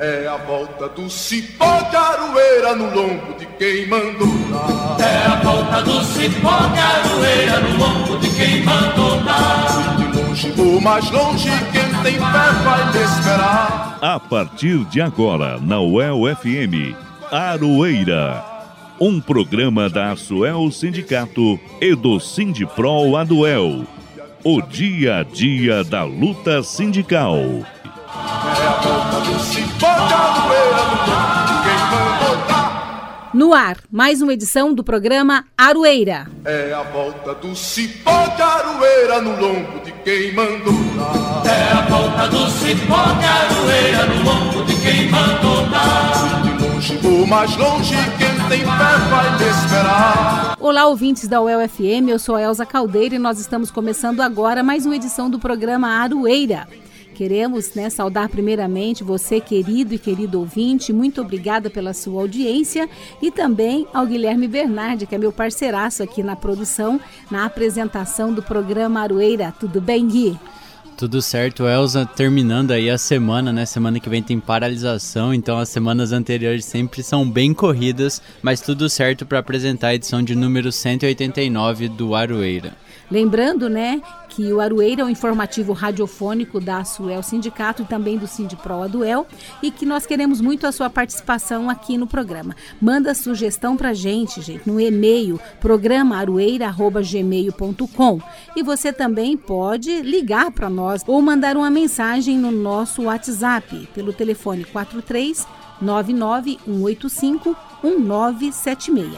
É a volta do cipó de aroeira no lombo de quem mandou dar. É a volta do cipó de aroeira no lombo de quem mandou dar. De longe ou mais longe, quem tem fé vai te esperar. A partir de agora, na UEL FM, Aroeira. Um programa da Asuel Sindicato e do Sindiprol Aduel. O dia a dia da luta sindical. É a volta do cipó de aroeira no lombo de quem mandou dar. No ar, mais uma edição do programa Aroeira. É a volta do cipó de aroeira no lombo de quem mandou dar. É a volta do cipó de aroeira no lombo de quem mandou dar. De longe ou mais longe, quem tem fé vai te esperar. Olá, ouvintes da UEL FM, eu sou a Elza Caldeira e nós estamos começando agora mais uma edição do programa Aroeira. Queremos, saudar primeiramente você, querido e querido ouvinte, muito obrigada pela sua audiência, e também ao Guilherme Bernardi, que é meu parceiraço aqui na produção, na apresentação do programa Aroeira. Tudo bem, Gui? Tudo certo, Elza, terminando aí a semana, Semana que vem tem paralisação, então as semanas anteriores sempre são bem corridas, mas tudo certo para apresentar a edição de número 189 do Aroeira. Lembrando, que o Aroeira é um informativo radiofônico da Asuel Sindicato e também do Sindiprol Aduel, e que nós queremos muito a sua participação aqui no programa. Manda sugestão pra gente, no e-mail programa@aroeira@gmail.com, e você também pode ligar para nós ou mandar uma mensagem no nosso WhatsApp pelo telefone 43 99 185 1976.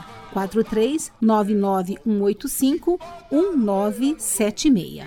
43-99-185-1976.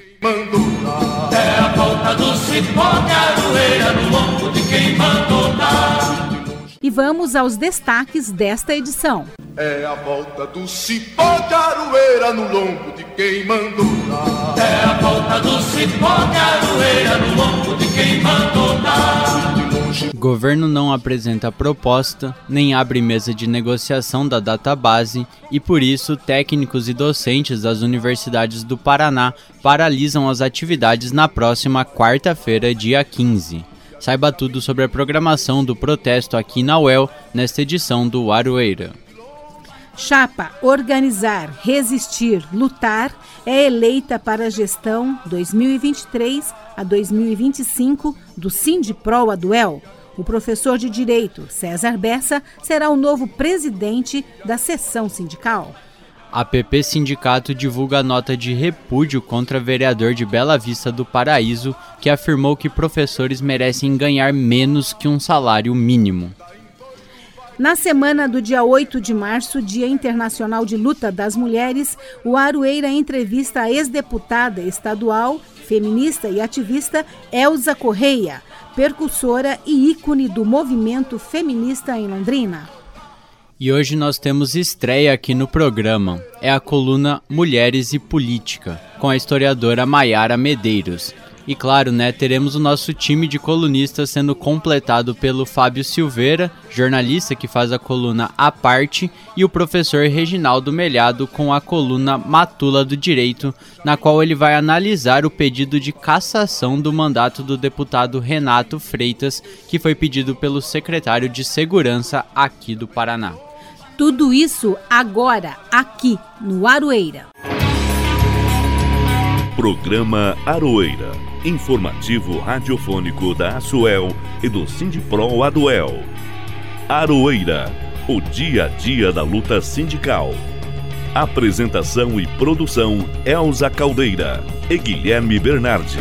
É a volta do cipó de aroeira no lombo de quem mandou dar. E vamos aos destaques desta edição. É a volta do cipó de aroeira no lombo de quem mandou dar. É a volta do cipó de aroeira no lombo de quem mandou dar. Governo não apresenta proposta, nem abre mesa de negociação da database e, por isso, técnicos e docentes das universidades do Paraná paralisam as atividades na próxima quarta-feira, dia 15. Saiba tudo sobre a programação do protesto aqui na UEL, nesta edição do Aroeira. Chapa Organizar, Resistir, Lutar é eleita para a gestão 2023 a 2025 do Sindiprol Aduel. O professor de Direito, César Bessa, será o novo presidente da seção sindical. A PP Sindicato divulga nota de repúdio contra vereador de Bela Vista do Paraíso, que afirmou que professores merecem ganhar menos que um salário mínimo. Na semana do dia 8 de março, Dia Internacional de Luta das Mulheres, o Aroeira entrevista a ex-deputada estadual, feminista e ativista Elza Correia, percussora e ícone do movimento feminista em Londrina. E hoje nós temos estreia aqui no programa. É a coluna Mulheres e Política, com a historiadora Maiara Medeiros. E claro, teremos o nosso time de colunistas sendo completado pelo Fábio Silveira, jornalista que faz a coluna A Parte, e o professor Reginaldo Melhado com a coluna Matula do Direito, na qual ele vai analisar o pedido de cassação do mandato do deputado Renato Freitas, que foi pedido pelo secretário de Segurança aqui do Paraná. Tudo isso agora, aqui no Aroeira. Programa Aroeira, informativo radiofônico da Asuel e do Sindiprol Aduel. Aroeira, o dia a dia da luta sindical. Apresentação e produção Elza Caldeira e Guilherme Bernardi.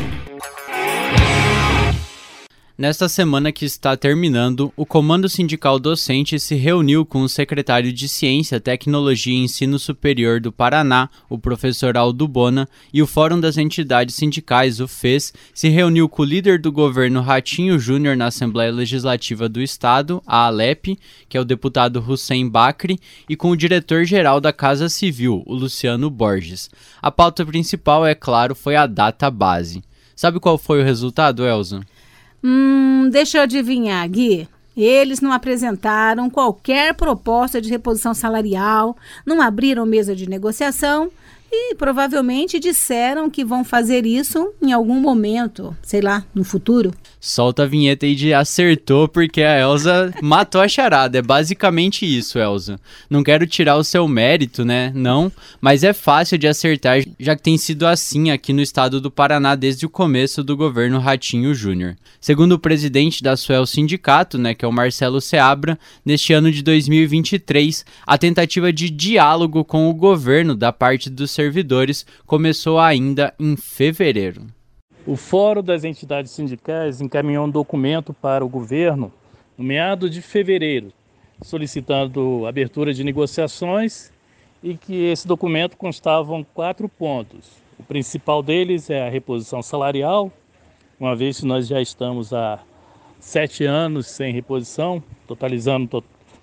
Nesta semana que está terminando, o Comando Sindical Docente se reuniu com o secretário de Ciência, Tecnologia e Ensino Superior do Paraná, o professor Aldo Bona, e o Fórum das Entidades Sindicais, o FES, se reuniu com o líder do governo Ratinho Júnior na Assembleia Legislativa do Estado, a ALEP, que é o deputado Hussein Bacri, e com o diretor-geral da Casa Civil, o Luciano Borges. A pauta principal, é claro, foi a data base. Sabe qual foi o resultado, Elza? Deixa eu adivinhar, Gui. Eles não apresentaram qualquer proposta de reposição salarial, não abriram mesa de negociação e provavelmente disseram que vão fazer isso em algum momento, sei lá, no futuro. Solta a vinheta aí de acertou, porque a Elza matou a charada. É basicamente isso, Elza. Não quero tirar o seu mérito, né? Não, mas é fácil de acertar, já que tem sido assim aqui no estado do Paraná desde o começo do governo Ratinho Júnior. Segundo o presidente da Suel Sindicato, né, que é o Marcelo Seabra, neste ano de 2023, a tentativa de diálogo com o governo da parte dos servidores começou ainda em fevereiro. O Fórum das Entidades Sindicais encaminhou um documento para o governo no meado de fevereiro, solicitando abertura de negociações, e que esse documento constavam 4 pontos. O principal deles é a reposição salarial, uma vez que nós já estamos há 7 anos sem reposição, totalizando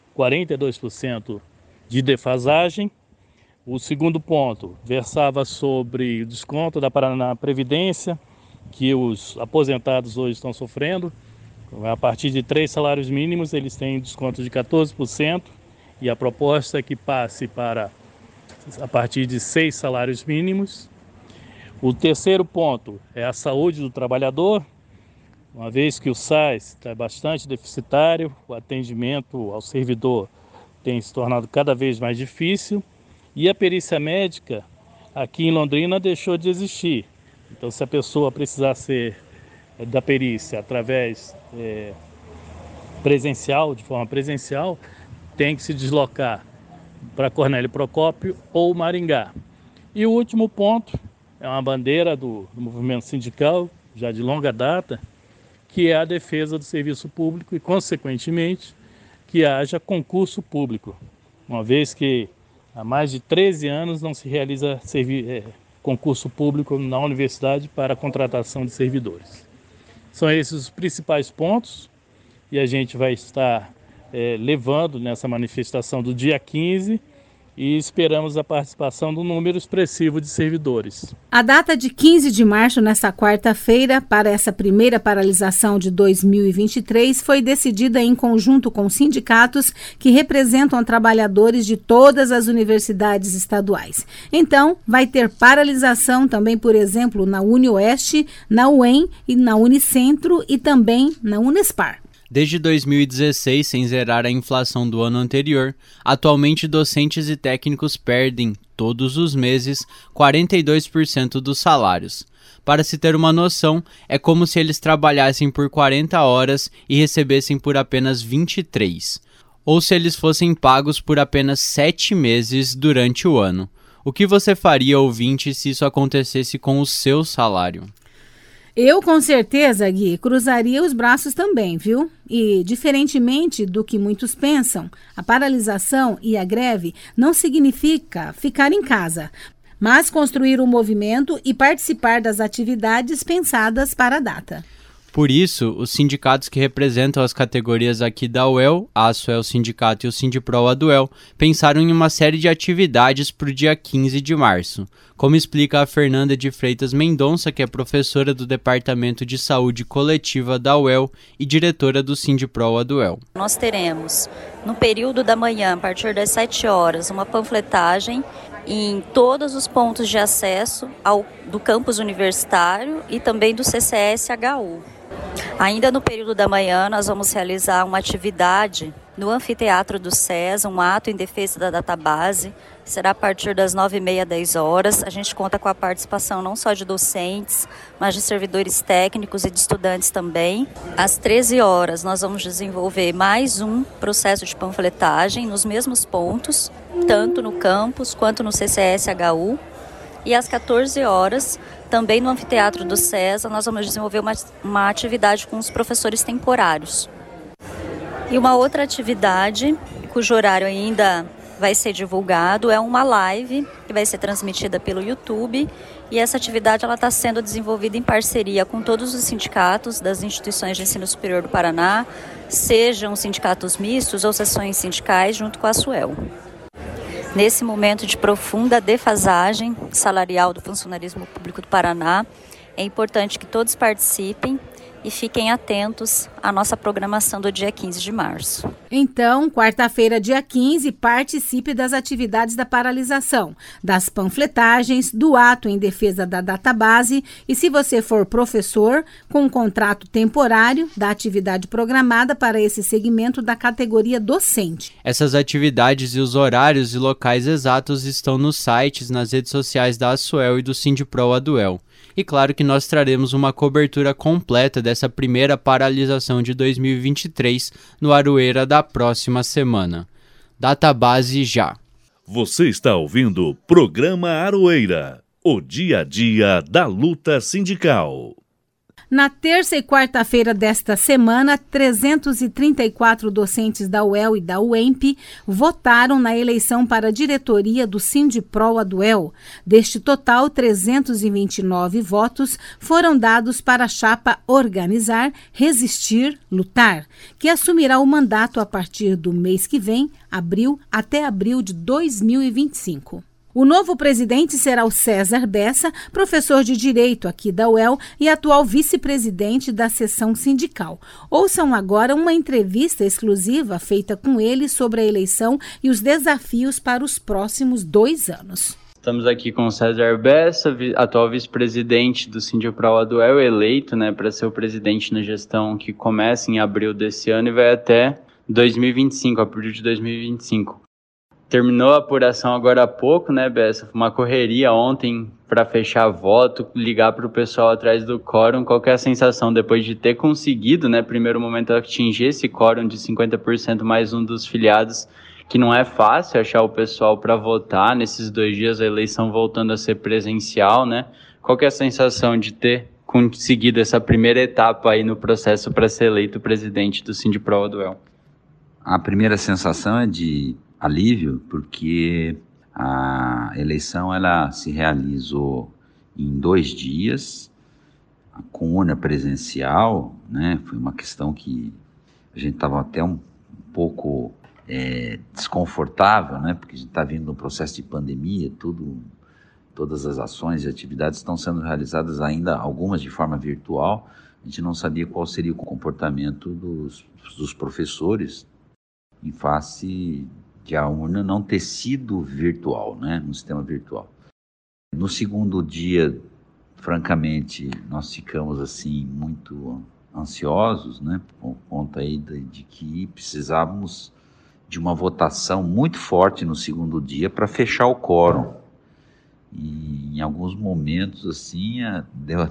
42% de defasagem. O segundo ponto versava sobre o desconto da Paraná Previdência, que os aposentados hoje estão sofrendo. A partir de 3 salários mínimos, eles têm desconto de 14%, e a proposta é que passe para a partir de 6 salários mínimos. O terceiro ponto é a saúde do trabalhador, uma vez que o SAIS está bastante deficitário, o atendimento ao servidor tem se tornado cada vez mais difícil, e a perícia médica aqui em Londrina deixou de existir. Então, se a pessoa precisar ser da perícia através presencial, de forma presencial, tem que se deslocar para Cornélio Procópio ou Maringá. E o último ponto é uma bandeira do movimento sindical, já de longa data, que é a defesa do serviço público e, consequentemente, que haja concurso público, uma vez que há mais de 13 anos não se realiza concurso público na universidade para a contratação de servidores. São esses os principais pontos, e a gente vai estar levando nessa manifestação do dia 15, e esperamos a participação do número expressivo de servidores. A data de 15 de março, nesta quarta-feira, para essa primeira paralisação de 2023, foi decidida em conjunto com sindicatos que representam trabalhadores de todas as universidades estaduais. Então, vai ter paralisação também, por exemplo, na UniOeste, na UEM e na Unicentro e também na Unespar. Desde 2016, sem zerar a inflação do ano anterior, atualmente docentes e técnicos perdem, todos os meses, 42% dos salários. Para se ter uma noção, é como se eles trabalhassem por 40 horas e recebessem por apenas 23, ou se eles fossem pagos por apenas 7 meses durante o ano. O que você faria, ouvinte, se isso acontecesse com o seu salário? Eu, com certeza, Gui, cruzaria os braços também, viu? E, diferentemente do que muitos pensam, a paralisação e a greve não significa ficar em casa, mas construir um movimento e participar das atividades pensadas para a data. Por isso, os sindicatos que representam as categorias aqui da UEL, a Asuel Sindicato e o Sindipro Aduel, pensaram em uma série de atividades para o dia 15 de março, como explica a Fernanda de Freitas Mendonça, que é professora do Departamento de Saúde Coletiva da UEL e diretora do Sindipro Aduel. Nós teremos, no período da manhã, a partir das 7 horas, uma panfletagem em todos os pontos de acesso do campus universitário e também do CCS-HU. Ainda no período da manhã, nós vamos realizar uma atividade no anfiteatro do SES, um ato em defesa da database. Será a partir das 9h30, 10 horas. A gente conta com a participação não só de docentes, mas de servidores técnicos e de estudantes também. Às 13 horas, nós vamos desenvolver mais um processo de panfletagem nos mesmos pontos, tanto no campus quanto no CCS-HU. E às 14 horas, também no anfiteatro do SESA, nós vamos desenvolver uma atividade com os professores temporários. E uma outra atividade, cujo horário ainda vai ser divulgado, é uma live que vai ser transmitida pelo YouTube. E essa atividade está sendo desenvolvida em parceria com todos os sindicatos das instituições de ensino superior do Paraná, sejam sindicatos mistos ou seções sindicais, junto com a Suel. Nesse momento de profunda defasagem salarial do funcionalismo público do Paraná, é importante que todos participem e fiquem atentos à nossa programação do dia 15 de março. Então, quarta-feira, dia 15, participe das atividades da paralisação, das panfletagens, do ato em defesa da database e, se você for professor, com um contrato temporário da atividade programada para esse segmento da categoria docente. Essas atividades e os horários e locais exatos estão nos sites, nas redes sociais da Asuel e do Sindipro Aduel. E claro que nós traremos uma cobertura completa dessa primeira paralisação de 2023 no Aroeira da próxima semana. Database já. Você está ouvindo o programa Aroeira, o dia a dia da luta sindical. Na terça e quarta-feira desta semana, 334 docentes da UEL e da UEMP votaram na eleição para a diretoria do Sindipro Aduel. Deste total, 329 votos foram dados para a chapa Organizar, Resistir, Lutar, que assumirá o mandato a partir do mês que vem, abril, até abril de 2025. O novo presidente será o César Bessa, professor de Direito aqui da UEL e atual vice-presidente da seção sindical. Ouçam agora uma entrevista exclusiva feita com ele sobre a eleição e os desafios para os próximos 2 anos. Estamos aqui com o César Bessa, atual vice-presidente do Sindipro Aduel, eleito para ser o presidente na gestão que começa em abril desse ano e vai até 2025, abril de 2025. Terminou a apuração agora há pouco, Bessa? Uma correria ontem para fechar voto, ligar para o pessoal atrás do quórum. Qual que é a sensação depois de ter conseguido, primeiro momento, atingir esse quórum de 50% mais um dos filiados, que não é fácil achar o pessoal para votar nesses 2 dias, a eleição voltando a ser presencial, Qual que é a sensação de ter conseguido essa primeira etapa aí no processo para ser eleito presidente do Sindipro Aduel? A primeira sensação é de alívio, porque a eleição ela se realizou em 2 dias, com urna presencial, Foi uma questão que a gente estava até um pouco desconfortável, Porque a gente está vindo de um processo de pandemia, todas as ações e atividades estão sendo realizadas ainda, algumas de forma virtual. A gente não sabia qual seria o comportamento dos professores em face de a urna não ter sido virtual, no sistema virtual. No segundo dia, francamente, nós ficamos assim muito ansiosos, por conta aí de que precisávamos de uma votação muito forte no segundo dia para fechar o quórum. E em alguns momentos assim deu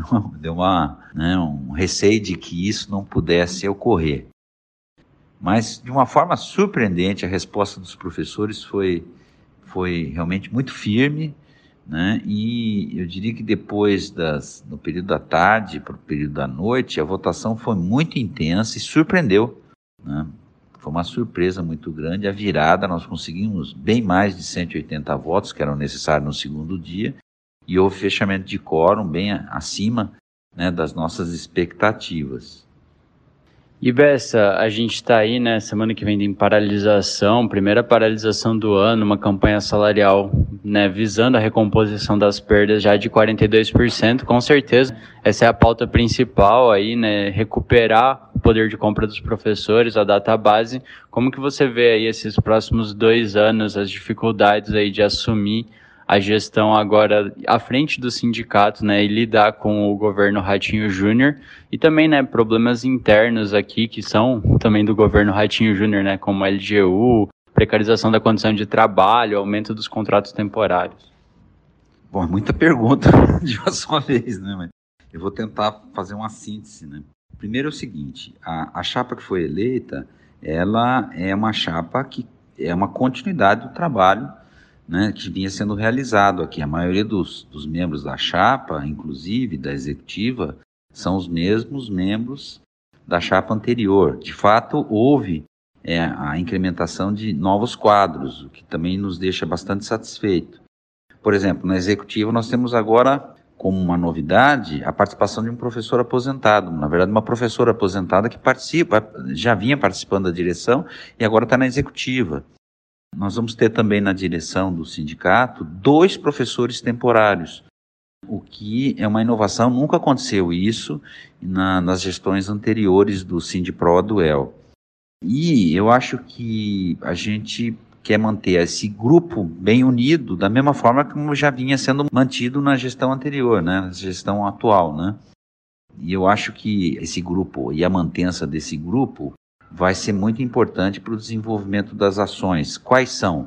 um receio de que isso não pudesse ocorrer. Mas, de uma forma surpreendente, a resposta dos professores foi realmente muito firme, E eu diria que depois no período da tarde para o período da noite, a votação foi muito intensa e surpreendeu, Foi uma surpresa muito grande. A virada, nós conseguimos bem mais de 180 votos, que eram necessários no segundo dia, e houve fechamento de quórum bem acima, das nossas expectativas. E Bessa, a gente está aí, semana que vem em paralisação, primeira paralisação do ano, uma campanha salarial, visando a recomposição das perdas já de 42%, com certeza essa é a pauta principal aí, recuperar o poder de compra dos professores, a database. Como que você vê aí esses próximos 2 anos, as dificuldades aí de assumir a gestão agora à frente do sindicato, e lidar com o governo Ratinho Júnior e também, problemas internos aqui que são também do governo Ratinho Júnior, como a LGU, precarização da condição de trabalho, aumento dos contratos temporários? Bom, é muita pergunta de uma só vez, mas eu vou tentar fazer uma síntese, Primeiro é o seguinte, a chapa que foi eleita, ela é uma chapa que é uma continuidade do trabalho que vinha sendo realizado aqui. A maioria dos membros da chapa, inclusive da executiva, são os mesmos membros da chapa anterior. De fato, houve a incrementação de novos quadros, o que também nos deixa bastante satisfeito. Por exemplo, na executiva nós temos agora, como uma novidade, a participação de um professor aposentado. Na verdade, uma professora aposentada que já vinha participando da direção e agora está na executiva. Nós vamos ter também na direção do sindicato 2 professores temporários, o que é uma inovação. Nunca aconteceu isso nas gestões anteriores do Sindipro do UEL. E eu acho que a gente quer manter esse grupo bem unido, da mesma forma como já vinha sendo mantido na gestão anterior, né, na gestão atual, né? E eu acho que esse grupo e a mantença desse grupo vai ser muito importante para o desenvolvimento das ações. Quais são?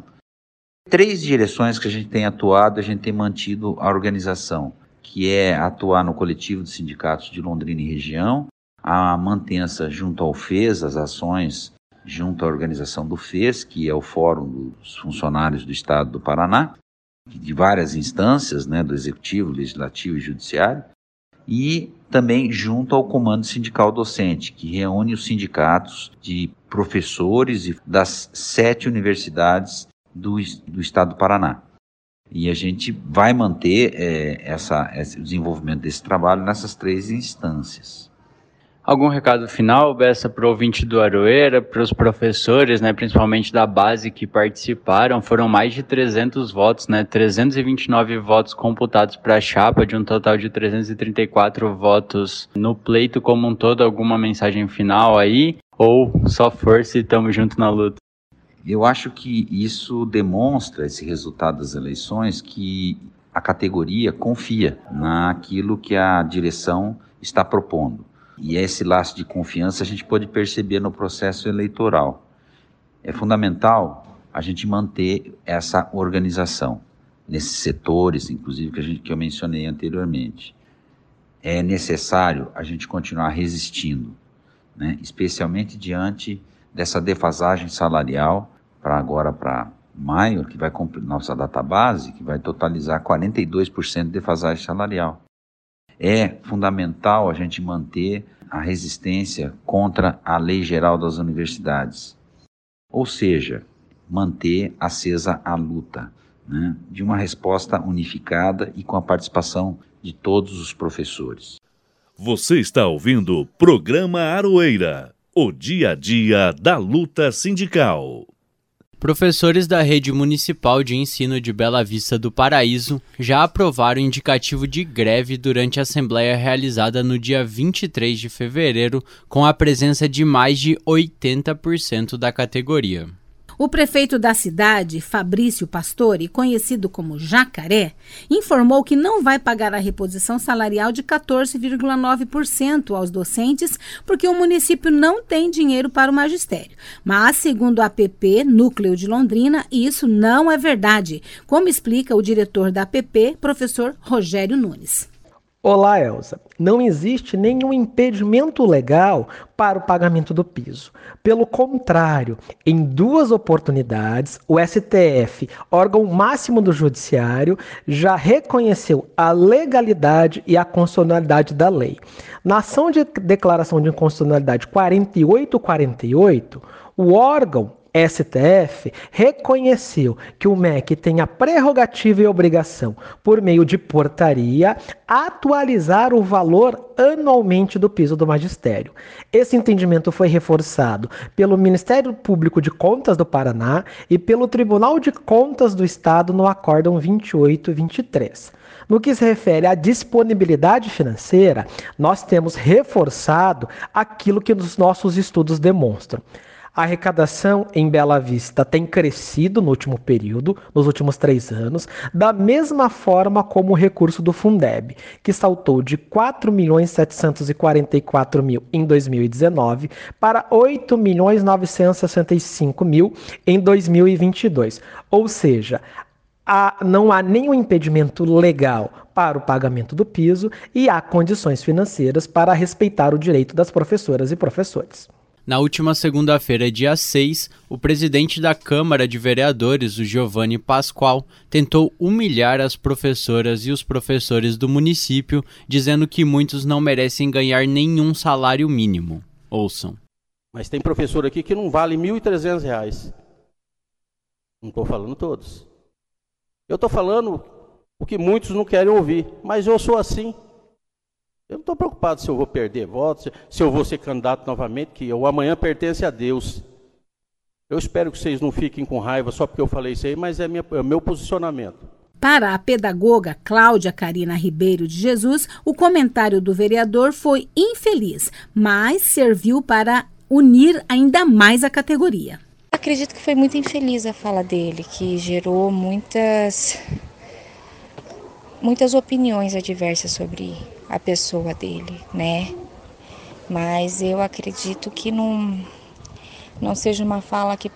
3 direções que a gente tem atuado, a gente tem mantido a organização, que é atuar no coletivo de sindicatos de Londrina e região, a mantença junto ao FES, as ações junto à organização do FES, que é o Fórum dos Funcionários do Estado do Paraná, de várias instâncias, né, do Executivo, Legislativo e Judiciário, e também junto ao Comando Sindical Docente, que reúne os sindicatos de professores das 7 universidades do Estado do Paraná. E a gente vai manter o desenvolvimento desse trabalho nessas 3 instâncias. Algum recado final, Bessa, para o ouvinte do Aroeira, para os professores, né, principalmente da base que participaram? Foram mais de 300 votos, né, 329 votos computados para a chapa, de um total de 334 votos no pleito como um todo. Alguma mensagem final aí? Ou só força e estamos juntos na luta? Eu acho que isso demonstra, esse resultado das eleições, que a categoria confia naquilo que a direção está propondo. E esse laço de confiança a gente pode perceber no processo eleitoral. É fundamental a gente manter essa organização, nesses setores, inclusive, que eu mencionei anteriormente. É necessário a gente continuar resistindo, né? Especialmente diante dessa defasagem salarial, para maio, que vai cumprir nossa database, que vai totalizar 42% de defasagem salarial. É fundamental a gente manter a resistência contra a Lei Geral das Universidades, ou seja, manter acesa a luta, né, de uma resposta unificada e com a participação de todos os professores. Você está ouvindo o programa Aroeira, o dia a dia da luta sindical. Professores da Rede Municipal de Ensino de Bela Vista do Paraíso já aprovaram o indicativo de greve durante a assembleia realizada no dia 23 de fevereiro, com a presença de mais de 80% da categoria. O prefeito da cidade, Fabrício Pastore, conhecido como Jacaré, informou que não vai pagar a reposição salarial de 14,9% aos docentes porque o município não tem dinheiro para o magistério. Mas, segundo a APP, Núcleo de Londrina, isso não é verdade, como explica o diretor da APP, professor Rogério Nunes. Olá, Elza. Não existe nenhum impedimento legal para o pagamento do piso. Pelo contrário, em 2 oportunidades, o STF, órgão máximo do Judiciário, já reconheceu a legalidade e a constitucionalidade da lei. Na ação de declaração de inconstitucionalidade 4848, o órgão STF reconheceu que o MEC tem a prerrogativa e obrigação, por meio de portaria, atualizar o valor anualmente do piso do magistério. Esse entendimento foi reforçado pelo Ministério Público de Contas do Paraná e pelo Tribunal de Contas do Estado no Acórdão 2823. No que se refere à disponibilidade financeira, nós temos reforçado aquilo que os nossos estudos demonstram. A arrecadação em Bela Vista tem crescido no último período, nos últimos 3 anos, da mesma forma como o recurso do Fundeb, que saltou de 4.744.000 em 2019 para 8.965.000 em 2022. Ou seja, não há nenhum impedimento legal para o pagamento do piso e há condições financeiras para respeitar o direito das professoras e professores. Na última segunda-feira, dia 6, o presidente da Câmara de Vereadores, o Giovanni Pascoal, tentou humilhar as professoras e os professores do município, dizendo que muitos não merecem ganhar nenhum salário mínimo. Ouçam. Mas tem professor aqui que não vale R$ 1.300. Não estou falando todos. Eu estou falando o que muitos não querem ouvir, mas eu sou assim. Eu não estou preocupado se eu vou perder votos, se eu vou ser candidato novamente, que o amanhã pertence a Deus. Eu espero que vocês não fiquem com raiva só porque eu falei isso aí, mas é meu posicionamento. Para a pedagoga Cláudia Carina Ribeiro de Jesus, o comentário do vereador foi infeliz, mas serviu para unir ainda mais a categoria. Acredito que foi muito infeliz a fala dele, que gerou muitas opiniões adversas sobre a pessoa dele, né? Mas eu acredito que não seja uma fala que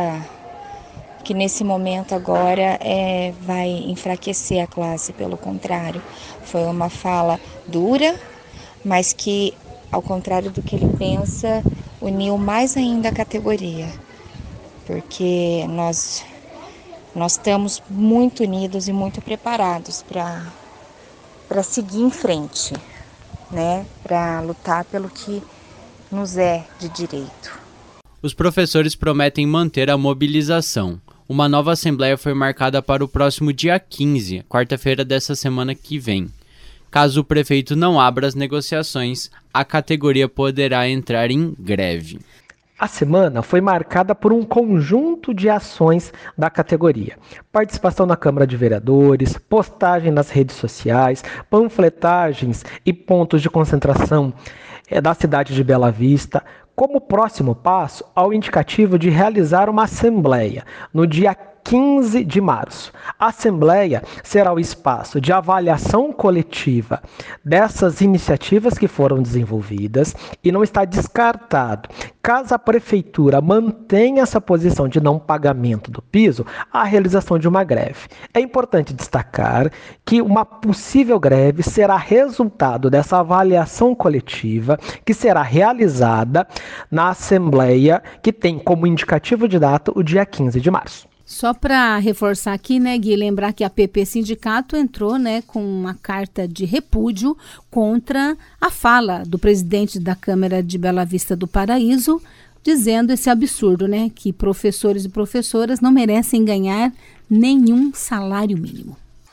nesse momento agora vai enfraquecer a classe, pelo contrário. Foi uma fala dura, mas que, ao contrário do que ele pensa, uniu mais ainda a categoria, porque nós estamos muito unidos e muito preparados para seguir em frente, né? Para lutar pelo que nos é de direito. Os professores prometem manter a mobilização. Uma nova assembleia foi marcada para o próximo dia 15, quarta-feira dessa semana que vem. Caso o prefeito não abra as negociações, a categoria poderá entrar em greve. A semana foi marcada por um conjunto de ações da categoria. Participação na Câmara de Vereadores, postagem nas redes sociais, panfletagens e pontos de concentração da cidade de Bela Vista, como próximo passo ao indicativo de realizar uma assembleia no dia 15 de março. A Assembleia será o espaço de avaliação coletiva dessas iniciativas que foram desenvolvidas e não está descartado, caso a Prefeitura mantenha essa posição de não pagamento do piso, a realização de uma greve. É importante destacar que uma possível greve será resultado dessa avaliação coletiva que será realizada na Assembleia, que tem como indicativo de data o dia 15 de março. Só para reforçar aqui, né, Gui, lembrar que a PP Sindicato entrou, né, com uma carta de repúdio contra a fala do presidente da Câmara de Bela Vista do Paraíso, dizendo esse absurdo, né, que professores e professoras não merecem ganhar nenhum salário mínimo.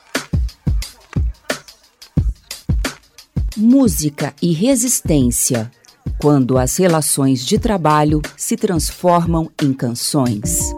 Música e resistência, quando as relações de trabalho se transformam em canções.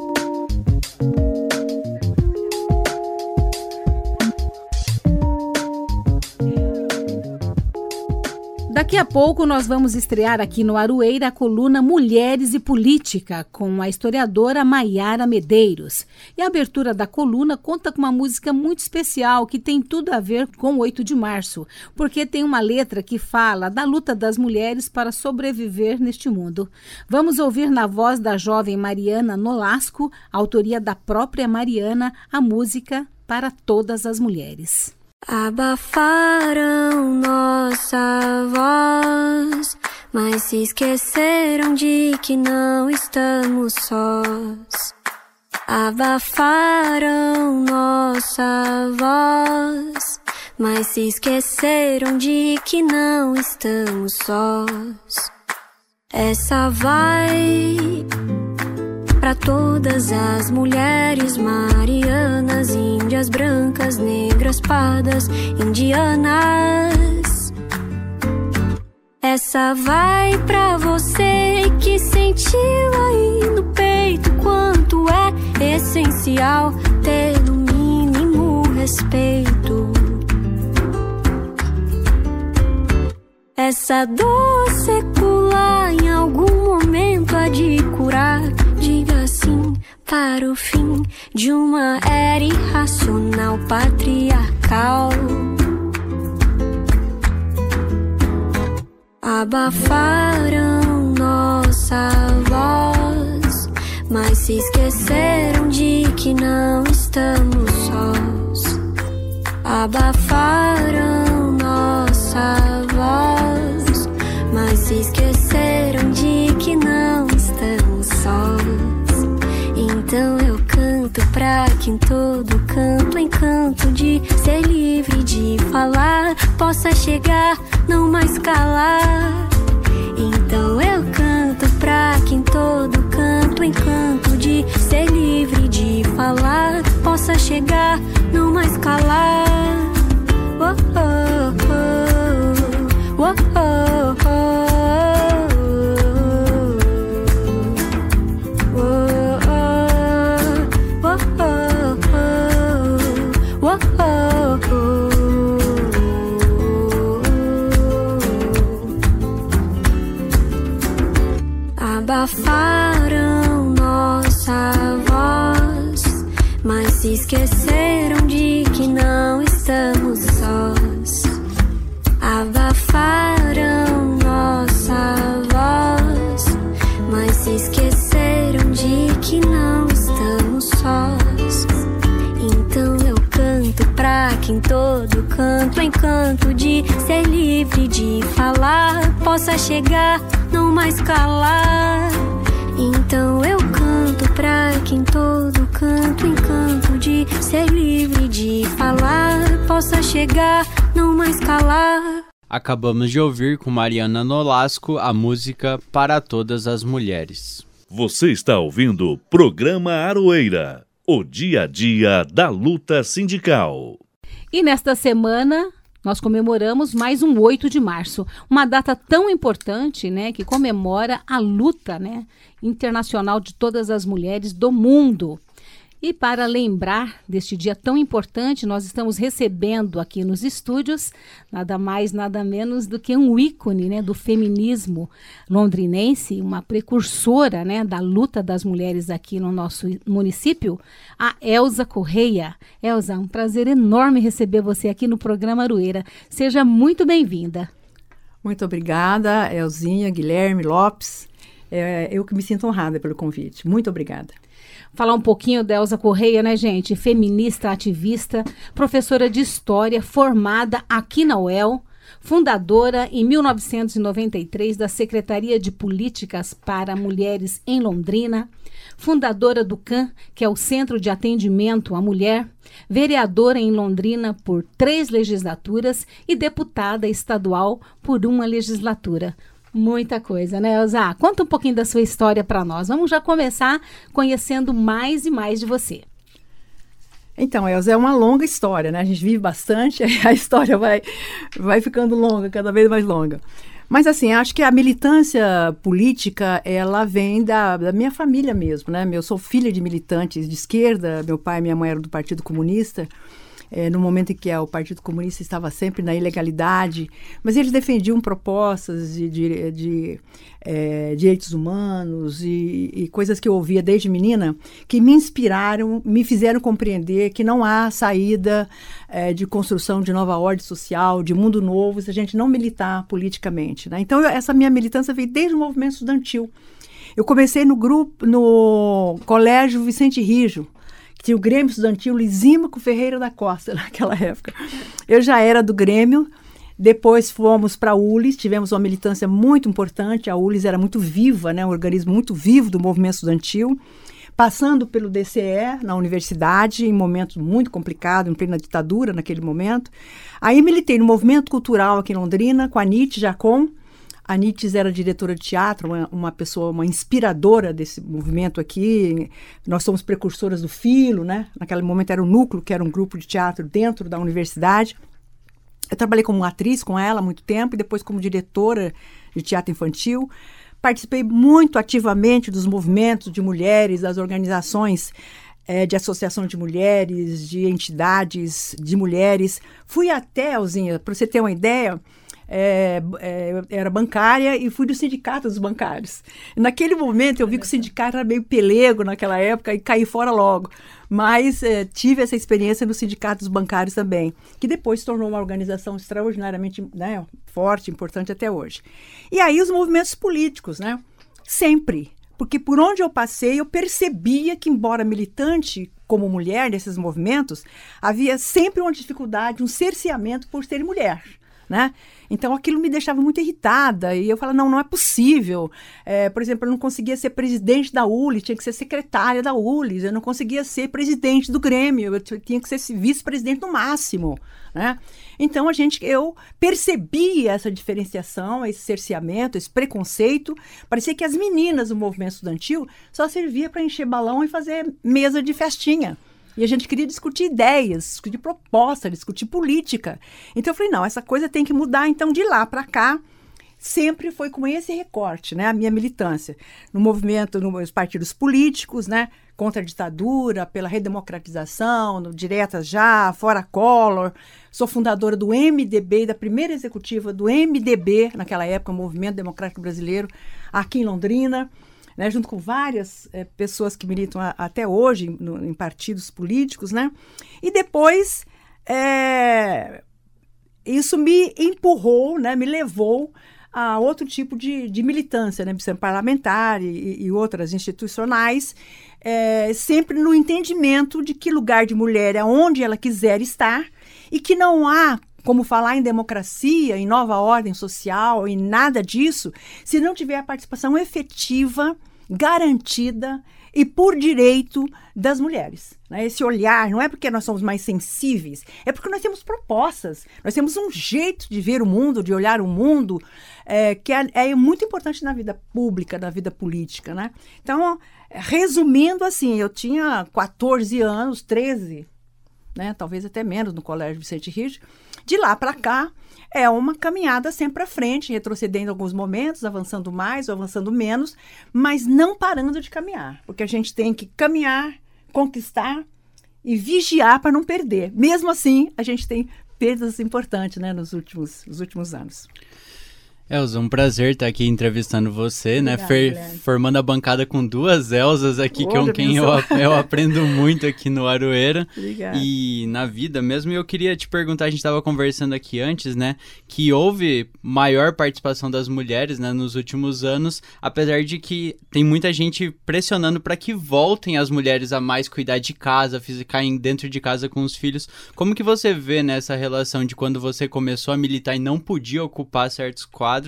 Daqui a pouco nós vamos estrear aqui no Aroeira a coluna Mulheres e Política, com a historiadora Maiara Medeiros. E a abertura da coluna conta com uma música muito especial que tem tudo a ver com o 8 de março, porque tem uma letra que fala da luta das mulheres para sobreviver neste mundo. Vamos ouvir na voz da jovem Mariana Nolasco, autoria da própria Mariana, a música Para Todas as Mulheres. Abafaram nossa voz, mas se esqueceram de que não estamos sós. Abafaram nossa voz, mas se esqueceram de que não estamos sós. Essa vai para todas as mulheres marianas, índias, brancas, negras, pardas, indianas. Essa vai pra você que sentiu aí no peito quanto é essencial ter no mínimo respeito. Essa dor secular em algum momento há de curar. Diga sim para o fim de uma era irracional patriarcal. Abafaram nossa voz, mas se esqueceram de que não estamos sós. Abafaram nossa voz, mas se esqueceram de que não estamos sós. Então eu canto pra que em todo canto o encanto de ser livre de falar possa chegar, não mais calar. Então eu canto pra que em todo canto o encanto de ser livre de falar possa chegar, não mais calar. Oh, oh, oh, oh, oh, oh. Oh, abafaram nossa voz, mas se esqueceram de que não estamos sós. Abafaram nossa voz, mas se esqueceram de que não estamos sós. Então eu canto pra que em todo canto o encanto de ser livre, de falar, possa chegar, não mais calar. Então eu canto pra que em todo canto o encanto de ser livre, de falar, possa chegar, não mais calar. Acabamos de ouvir com Mariana Nolasco a música Para Todas as Mulheres. Você está ouvindo o programa Aroeira, o dia a dia da luta sindical. E nesta semana nós comemoramos mais um 8 de março, uma data tão importante, né, que comemora a luta, né, internacional de todas as mulheres do mundo. E para lembrar deste dia tão importante, nós estamos recebendo aqui nos estúdios nada mais, nada menos do que um ícone, né, do feminismo londrinense, uma precursora, né, da luta das mulheres aqui no nosso município, a Elza Correia. Elza, um prazer enorme receber você aqui no programa Aroeira. Seja muito bem-vinda. Muito obrigada, Elzinha, Guilherme, Lopes. Eu que me sinto honrada pelo convite. Muito obrigada. Falar um pouquinho da Elza Correia, né, gente? Feminista, ativista, professora de História, formada aqui na UEL, fundadora em 1993 da Secretaria de Políticas para Mulheres em Londrina, fundadora do CAM, que é o Centro de Atendimento à Mulher, vereadora em Londrina por 3 legislaturas e deputada estadual por 1 legislatura. Muita coisa, né, Elza? Conta um pouquinho da sua história para nós. Vamos já começar conhecendo mais e mais de você. Então, Elza, é uma longa história, né? A gente vive bastante, a história vai ficando longa, cada vez mais longa. Mas, assim, acho que a militância política, ela vem da minha família mesmo, né? Eu sou filha de militantes de esquerda, meu pai e minha mãe eram do Partido Comunista. No momento em que o Partido Comunista estava sempre na ilegalidade, mas eles defendiam propostas de direitos humanos e coisas que eu ouvia desde menina, que me inspiraram, me fizeram compreender que não há saída de construção de nova ordem social, de mundo novo, se a gente não militar politicamente, né? Então, essa minha militância veio desde o movimento estudantil. Eu comecei no Colégio Vicente Rijo, que tinha o Grêmio Estudantil Lisímaco Ferreira da Costa, naquela época. Eu já era do Grêmio, depois fomos para a ULIS, tivemos uma militância muito importante, a ULIS era muito viva, né, um organismo muito vivo do movimento estudantil, passando pelo DCE na universidade, em momentos muito complicados, em plena ditadura naquele momento. Aí militei no movimento cultural aqui em Londrina, com a Nietzsche Jacon. A Nietzsche era diretora de teatro, uma pessoa, uma inspiradora desse movimento aqui. Nós somos precursoras do Filo, né? Naquele momento era o Núcleo, que era um grupo de teatro dentro da universidade. Eu trabalhei como atriz com ela há muito tempo e depois como diretora de teatro infantil. Participei muito ativamente dos movimentos de mulheres, das organizações de associação de mulheres, de entidades de mulheres. Fui até, Elzinha, para você ter uma ideia... era bancária e fui do sindicato dos bancários. Naquele momento eu vi que o sindicato era meio pelego naquela época e caí fora logo, mas tive essa experiência no sindicato dos bancários também, que depois se tornou uma organização extraordinariamente, né, forte, importante até hoje. E aí os movimentos políticos, né, sempre, porque por onde eu passei eu percebia que, embora militante como mulher desses movimentos, havia sempre uma dificuldade, um cerceamento por ser mulher, né? Então aquilo me deixava muito irritada e eu falava, não é possível. Por exemplo, eu não conseguia ser presidente da ULI, tinha que ser secretária da ULI, eu não conseguia ser presidente do Grêmio, eu tinha que ser vice-presidente no máximo, né? Então eu percebi essa diferenciação, esse cerceamento, esse preconceito. Parecia que as meninas do movimento estudantil só servia para encher balão e fazer mesa de festinha. E a gente queria discutir ideias, discutir proposta, discutir política. Então eu falei, não, essa coisa tem que mudar. Então, de lá para cá, sempre foi com esse recorte, né, a minha militância. No movimento, nos partidos políticos, né, contra a ditadura, pela redemocratização, no Diretas Já, Fora Collor. Sou fundadora do MDB, da primeira executiva do MDB, naquela época, o Movimento Democrático Brasileiro, aqui em Londrina. né, junto com várias pessoas que militam até hoje em partidos políticos, né? E depois isso me empurrou, né, me levou a outro tipo de militância, né, parlamentar e outras institucionais, sempre no entendimento de que lugar de mulher é onde ela quiser estar e que não há como falar em democracia, em nova ordem social, em nada disso, se não tiver a participação efetiva, garantida e por direito das mulheres. Né? Esse olhar não é porque nós somos mais sensíveis, é porque nós temos propostas, nós temos um jeito de ver o mundo, de olhar o mundo, que é muito importante na vida pública, na vida política. Né? Então, resumindo assim, eu tinha 14 anos, 13, né? Talvez até menos no Colégio Vicente Rígido. De lá para cá, é uma caminhada sempre para frente, retrocedendo em alguns momentos, avançando mais ou avançando menos, mas não parando de caminhar, porque a gente tem que caminhar, conquistar e vigiar para não perder. Mesmo assim, a gente tem perdas importantes, né, nos últimos anos. Elza, um prazer estar aqui entrevistando você, né? Formando a bancada com duas Elzas aqui, com quem eu aprendo muito aqui no Aroeira. Obrigada. E na vida mesmo. E eu queria te perguntar, a gente estava conversando aqui antes, né? Que houve maior participação das mulheres, né, nos últimos anos, apesar de que tem muita gente pressionando para que voltem as mulheres a mais cuidar de casa, ficarem dentro de casa com os filhos. Como que você vê nessa relação de quando você começou a militar e não podia ocupar certos quadros,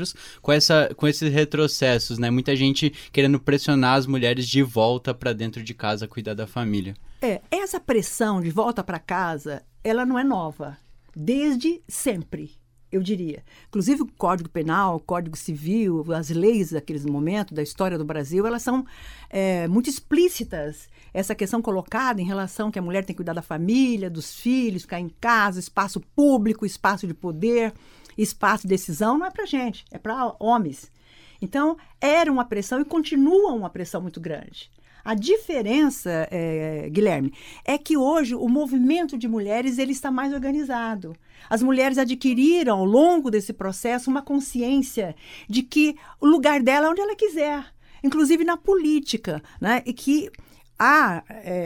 com esses retrocessos, né? Muita gente querendo pressionar as mulheres de volta para dentro de casa cuidar da família. Essa pressão de volta para casa, ela não é nova. Desde sempre, eu diria. Inclusive o Código Penal, o Código Civil, as leis daqueles momentos, da história do Brasil, elas são muito explícitas. Essa questão colocada em relação que a mulher tem que cuidar da família, dos filhos, ficar em casa, espaço público, espaço de poder, espaço de decisão, não é para gente, é para homens. Então, era uma pressão e continua uma pressão muito grande. A diferença, Guilherme, é que hoje o movimento de mulheres ele está mais organizado. As mulheres adquiriram, ao longo desse processo, uma consciência de que o lugar dela é onde ela quiser, inclusive na política, né? E que há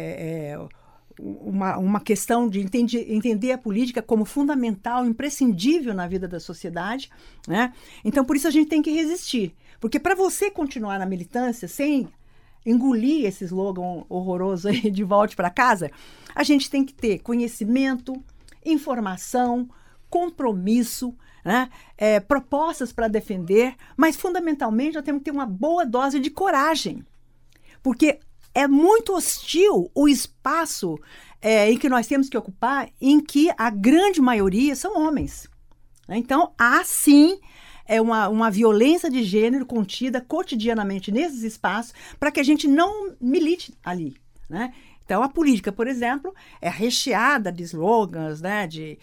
uma questão de entender a política como fundamental, imprescindível na vida da sociedade, né? Então, por isso a gente tem que resistir. Porque para você continuar na militância sem engolir esse slogan horroroso aí de volte para casa, a gente tem que ter conhecimento, informação, compromisso, né? Propostas para defender, mas fundamentalmente nós temos que ter uma boa dose de coragem. Porque é muito hostil o espaço em que nós temos que ocupar, em que a grande maioria são homens. Então, há sim uma violência de gênero contida cotidianamente nesses espaços para que a gente não milite ali, né? Então, a política, por exemplo, é recheada de slogans, né? De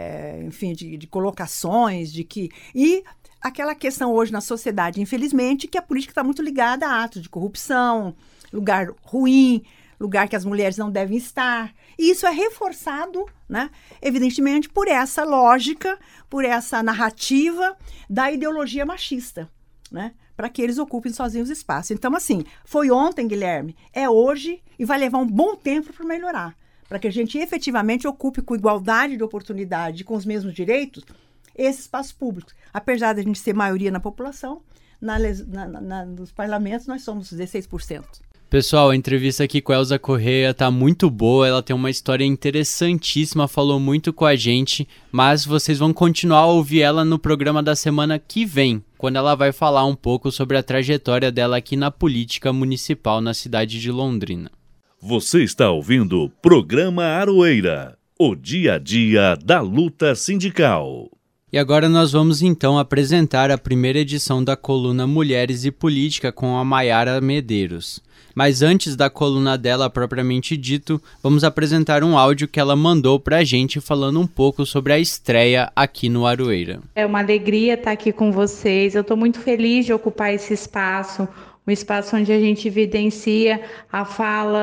colocações, e aquela questão hoje na sociedade, infelizmente, que a política está muito ligada a atos de corrupção, lugar ruim, lugar que as mulheres não devem estar. E isso é reforçado, né, evidentemente, por essa lógica, por essa narrativa da ideologia machista, né, para que eles ocupem sozinhos o espaço. Então, assim, foi ontem, Guilherme, é hoje e vai levar um bom tempo para melhorar, para que a gente efetivamente ocupe com igualdade de oportunidade, com os mesmos direitos, esse espaço público. Apesar de a gente ser maioria na população, nos parlamentos nós somos 16%. Pessoal, a entrevista aqui com a Elza Correia tá muito boa, ela tem uma história interessantíssima, falou muito com a gente, mas vocês vão continuar a ouvir ela no programa da semana que vem, quando ela vai falar um pouco sobre a trajetória dela aqui na política municipal na cidade de Londrina. Você está ouvindo o programa Aroeira, o dia a dia da luta sindical. E agora nós vamos então apresentar a primeira edição da coluna Mulheres e Política com a Maiara Medeiros. Mas antes da coluna dela propriamente dito, vamos apresentar um áudio que ela mandou pra gente falando um pouco sobre a estreia aqui no Aroeira. É uma alegria estar aqui com vocês, eu estou muito feliz de ocupar esse espaço, um espaço onde a gente evidencia a fala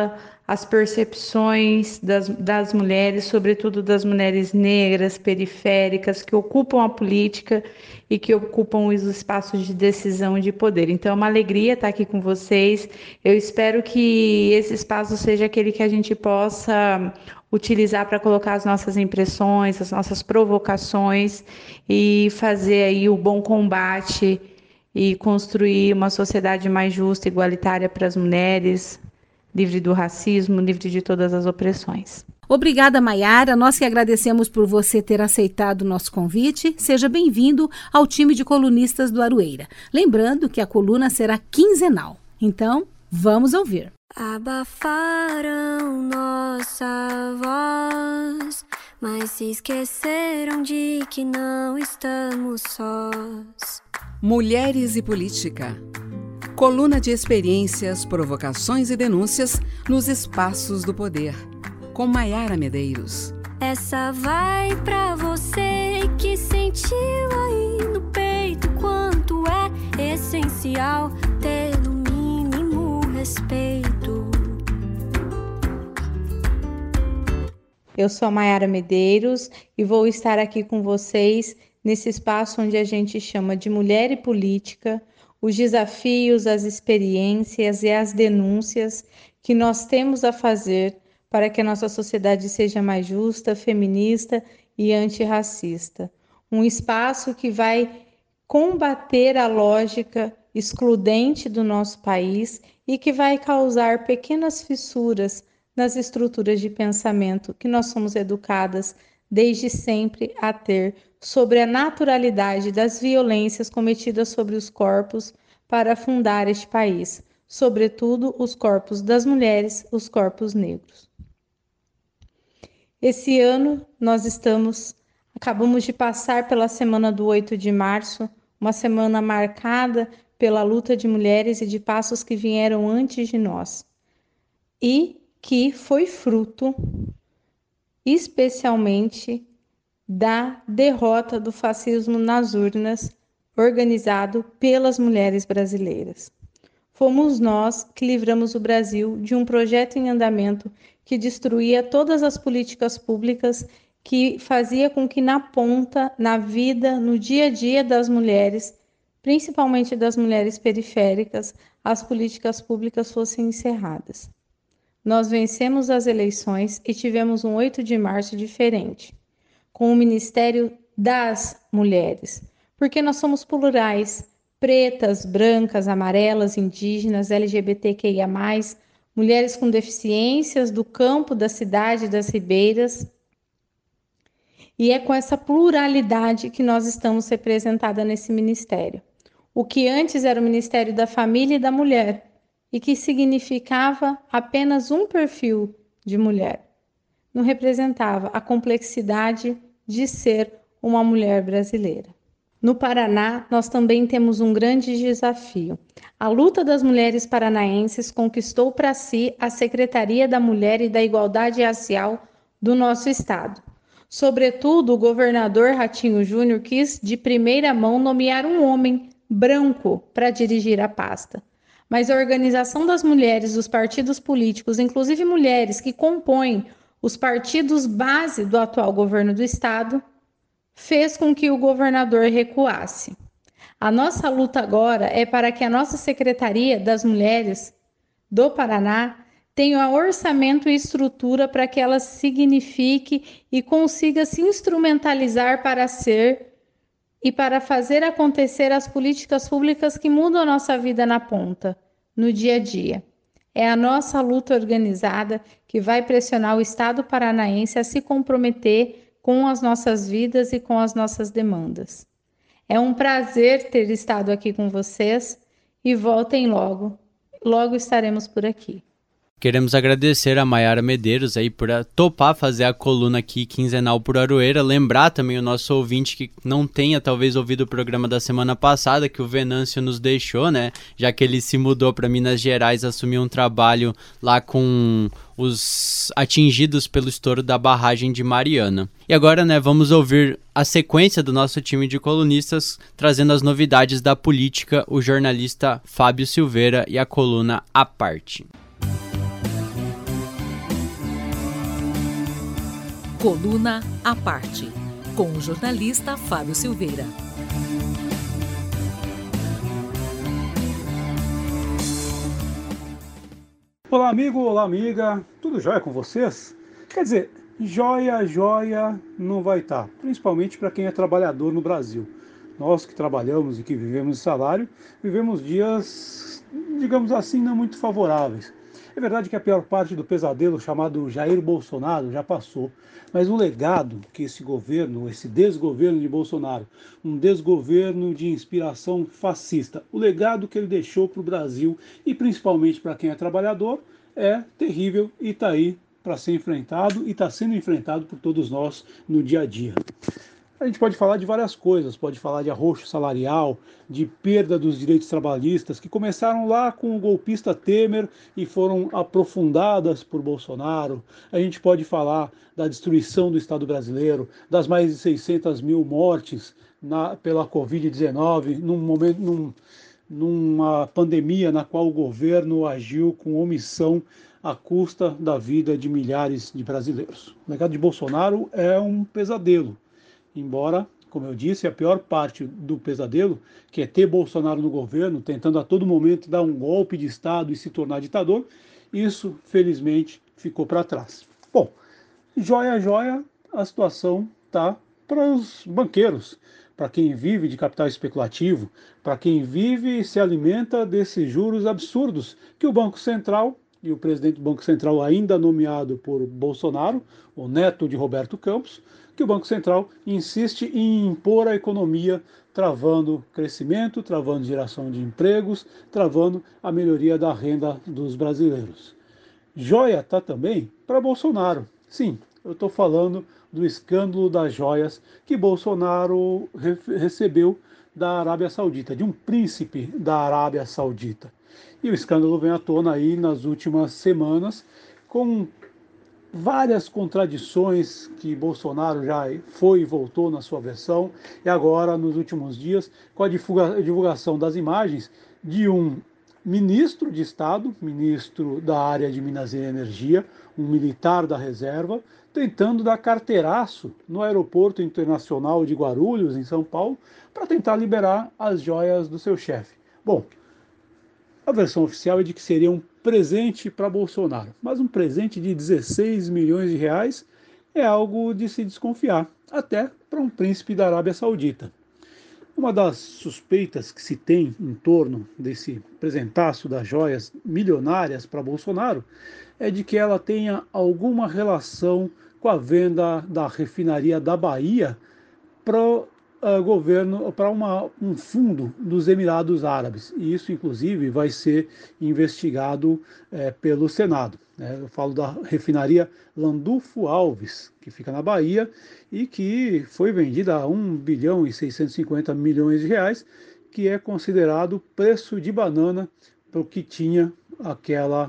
as percepções das mulheres, sobretudo das mulheres negras, periféricas, que ocupam a política e que ocupam os espaços de decisão e de poder. Então, é uma alegria estar aqui com vocês. Eu espero que esse espaço seja aquele que a gente possa utilizar para colocar as nossas impressões, as nossas provocações e fazer aí o bom combate e construir uma sociedade mais justa e igualitária para as mulheres, livre do racismo, livre de todas as opressões. Obrigada, Maiara. Nós que agradecemos por você ter aceitado o nosso convite. Seja bem-vindo ao time de colunistas do Aroeira. Lembrando que a coluna será quinzenal. Então, vamos ouvir. Abafaram nossa voz, mas se esqueceram de que não estamos sós. Mulheres e Política. Coluna de experiências, provocações e denúncias nos espaços do poder. Com Maiara Medeiros. Essa vai pra você que sentiu aí no peito quanto é essencial ter no mínimo respeito. Eu sou a Maiara Medeiros e vou estar aqui com vocês nesse espaço onde a gente chama de Mulher e Política, os desafios, as experiências e as denúncias que nós temos a fazer para que a nossa sociedade seja mais justa, feminista e antirracista. Um espaço que vai combater a lógica excludente do nosso país e que vai causar pequenas fissuras nas estruturas de pensamento que nós somos educadas desde sempre a ter sobre a naturalidade das violências cometidas sobre os corpos para fundar este país, sobretudo os corpos das mulheres, os corpos negros. Esse ano nós acabamos de passar pela semana do 8 de março, uma semana marcada pela luta de mulheres e de passos que vieram antes de nós, e que foi fruto, especialmente, da derrota do fascismo nas urnas, organizado pelas mulheres brasileiras. Fomos nós que livramos o Brasil de um projeto em andamento que destruía todas as políticas públicas, que fazia com que na ponta, na vida, no dia a dia das mulheres, principalmente das mulheres periféricas, as políticas públicas fossem encerradas. Nós vencemos as eleições e tivemos um 8 de março diferente, com o Ministério das Mulheres, porque nós somos plurais, pretas, brancas, amarelas, indígenas, LGBTQIA+, mulheres com deficiências do campo, da cidade, das ribeiras. E é com essa pluralidade que nós estamos representadas nesse ministério. O que antes era o Ministério da Família e da Mulher, e que significava apenas um perfil de mulher. Não representava a complexidade de ser uma mulher brasileira. No Paraná, nós também temos um grande desafio. A luta das mulheres paranaenses conquistou para si a Secretaria da Mulher e da Igualdade Racial do nosso estado. Sobretudo, o governador Ratinho Júnior quis, de primeira mão, nomear um homem branco para dirigir a pasta. Mas a organização das mulheres dos partidos políticos, inclusive mulheres que compõem os partidos base do atual governo do estado, fez com que o governador recuasse. A nossa luta agora é para que a nossa Secretaria das Mulheres do Paraná tenha orçamento e estrutura para que ela signifique e consiga se instrumentalizar para ser e para fazer acontecer as políticas públicas que mudam a nossa vida na ponta, no dia a dia. É a nossa luta organizada que vai pressionar o Estado paranaense a se comprometer com as nossas vidas e com as nossas demandas. É um prazer ter estado aqui com vocês e voltem logo. Logo estaremos por aqui. Queremos agradecer a Maiara Medeiros aí por topar fazer a coluna aqui quinzenal por Aroeira. Lembrar também o nosso ouvinte que não tenha talvez ouvido o programa da semana passada, que o Venâncio nos deixou, né? Já que ele se mudou para Minas Gerais, assumiu um trabalho lá com os atingidos pelo estouro da barragem de Mariana. E agora, né, vamos ouvir a sequência do nosso time de colunistas, trazendo as novidades da política, o jornalista Fábio Silveira e a coluna A Parte. Coluna à Parte, com o jornalista Fábio Silveira. Olá, amigo, olá, amiga, tudo jóia com vocês? Quer dizer, jóia não vai estar, principalmente para quem é trabalhador no Brasil. Nós que trabalhamos e que vivemos de salário, vivemos dias, digamos assim, não muito favoráveis. É verdade que a pior parte do pesadelo chamado Jair Bolsonaro já passou, mas o legado que esse governo, esse desgoverno de Bolsonaro, um desgoverno de inspiração fascista, o legado que ele deixou para o Brasil e principalmente para quem é trabalhador é terrível e está aí para ser enfrentado e está sendo enfrentado por todos nós no dia a dia. A gente pode falar de várias coisas, pode falar de arroxo salarial, de perda dos direitos trabalhistas, que começaram lá com o golpista Temer e foram aprofundadas por Bolsonaro. A gente pode falar da destruição do Estado brasileiro, das mais de 600 mil mortes pela Covid-19, numa pandemia na qual o governo agiu com omissão à custa da vida de milhares de brasileiros. O legado de Bolsonaro é um pesadelo. Embora, como eu disse, a pior parte do pesadelo, que é ter Bolsonaro no governo, tentando a todo momento dar um golpe de Estado e se tornar ditador, isso, felizmente, ficou para trás. Bom, joia, a situação está para os banqueiros, para quem vive de capital especulativo, para quem vive e se alimenta desses juros absurdos que o Banco Central e o presidente do Banco Central, ainda nomeado por Bolsonaro, o neto de Roberto Campos, que o Banco Central insiste em impor à economia, travando crescimento, travando geração de empregos, travando a melhoria da renda dos brasileiros. Joia está também para Bolsonaro. Sim, eu estou falando do escândalo das joias que Bolsonaro recebeu da Arábia Saudita, de um príncipe da Arábia Saudita. E o escândalo vem à tona aí nas últimas semanas, com várias contradições que Bolsonaro já foi e voltou na sua versão, e agora, nos últimos dias, com a divulgação das imagens de um ministro de Estado, ministro da área de Minas e Energia, um militar da reserva, tentando dar carteiraço no aeroporto internacional de Guarulhos, em São Paulo, para tentar liberar as joias do seu chefe. Bom, a versão oficial é de que seria um presente para Bolsonaro, mas um presente de 16 milhões de reais é algo de se desconfiar, até para um príncipe da Arábia Saudita. Uma das suspeitas que se tem em torno desse presentaço das joias milionárias para Bolsonaro é de que ela tenha alguma relação com a venda da refinaria da Bahia para governo, para um fundo dos Emirados Árabes. E isso, inclusive, vai ser investigado pelo Senado. Eu falo da refinaria Landulfo Alves, que fica na Bahia e que foi vendida a 1 bilhão e 650 milhões de reais, que é considerado preço de banana para o que tinha aquela